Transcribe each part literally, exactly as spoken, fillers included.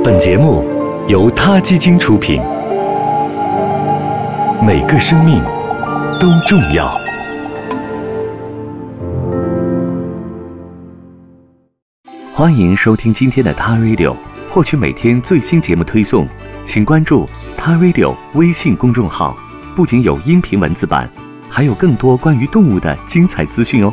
本节目由他基金出品，每个生命都重要。欢迎收听今天的他 Radio， 获取每天最新节目推送，请关注他 Radio 微信公众号，不仅有音频文字版，还有更多关于动物的精彩资讯哦。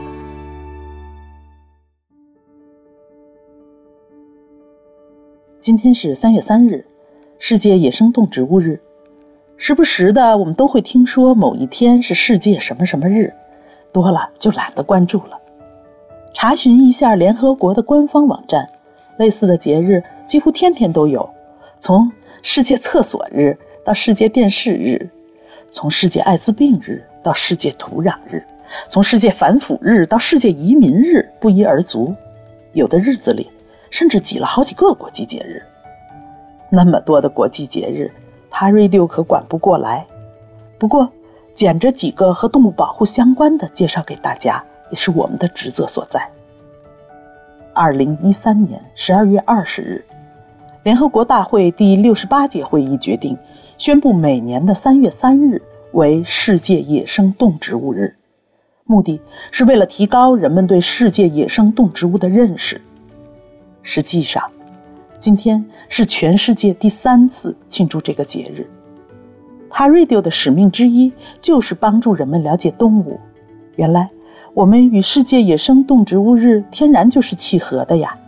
今天是三月三日，世界野生动植物日。时不时的我们都会听说某一天是世界什么什么日，多了就懒得关注了。查询一下联合国的官方网站，类似的节日几乎天天都有，从世界厕所日到世界电视日，从世界艾滋病日到世界土壤日，从世界反腐日到世界移民日，不一而足。有的日子里甚至挤了好几个国际节日。那么多的国际节日，他 Radio 可管不过来。不过捡着几个和动物保护相关的介绍给大家，也是我们的职责所在。二零一三年十二月二十日，联合国大会第六十八届会议决定宣布每年的三月三日为世界野生动植物日，目的是为了提高人们对世界野生动植物的认识。实际上，今天是全世界第三次庆祝这个节日。他 Radio 的使命之一就是帮助人们了解动物。原来我们与世界野生动植物日天然就是契合的呀。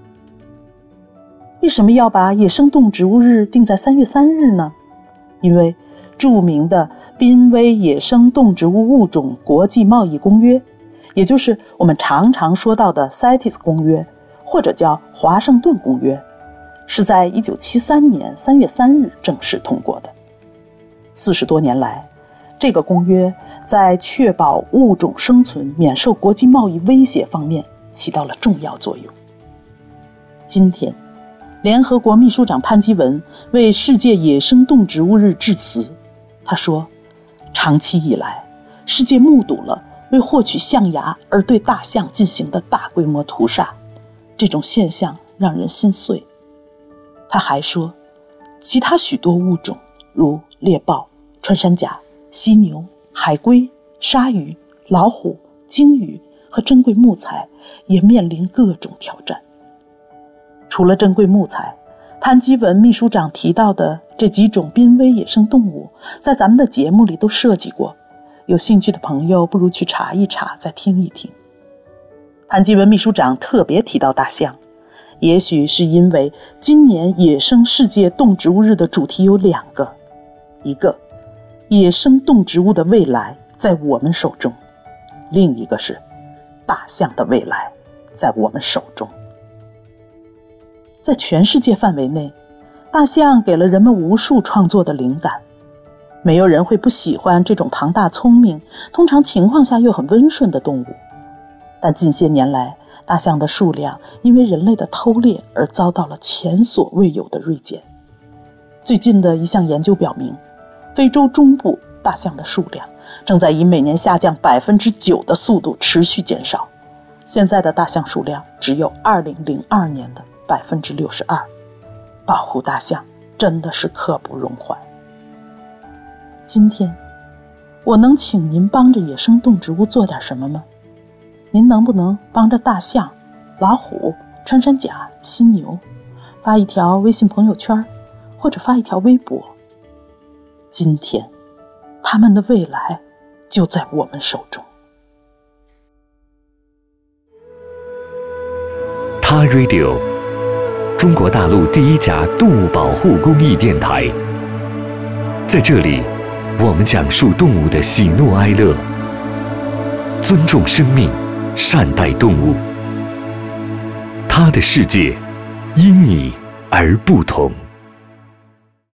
为什么要把野生动植物日定在三月三日呢？因为著名的濒危野生动植物物种国际贸易公约，也就是我们常常说到的 C I T E S 公约，或者叫华盛顿公约，是在一九七三年三月三日正式通过的。四十多年来，这个公约在确保物种生存免受国际贸易威胁方面起到了重要作用。今天，联合国秘书长潘基文为世界野生动植物日致辞。他说，长期以来，世界目睹了为获取象牙而对大象进行的大规模屠杀，这种现象让人心碎。他还说，其他许多物种如猎豹、穿山甲、犀牛、海龟、鲨鱼、老虎、鲸鱼和珍贵木材也面临各种挑战。除了珍贵木材，潘基文秘书长提到的这几种濒危野生动物，在咱们的节目里都涉及过，有兴趣的朋友不如去查一查，再听一听。潘基文秘书长特别提到大象，也许是因为今年野生世界动植物日的主题有两个，一个野生动植物的未来在我们手中，另一个是大象的未来在我们手中。在全世界范围内，大象给了人们无数创作的灵感。没有人会不喜欢这种庞大聪明，通常情况下又很温顺的动物。但近些年来，大象的数量因为人类的偷猎而遭到了前所未有的锐减。最近的一项研究表明，非洲中部大象的数量正在以每年下降百分之九的速度持续减少，现在的大象数量只有二零零二年的百分之六十二。保护大象真的是刻不容缓。今天，我能请您帮着野生动植物做点什么吗？您能不能帮着大象、老虎、穿山甲、犀牛发一条微信朋友圈，或者发一条微博？今天，他们的未来就在我们手中。 他 Radio， 中国大陆第一家动物保护公益电台。在这里，我们讲述动物的喜怒哀乐，尊重生命，善待动物。他的世界因你而不同。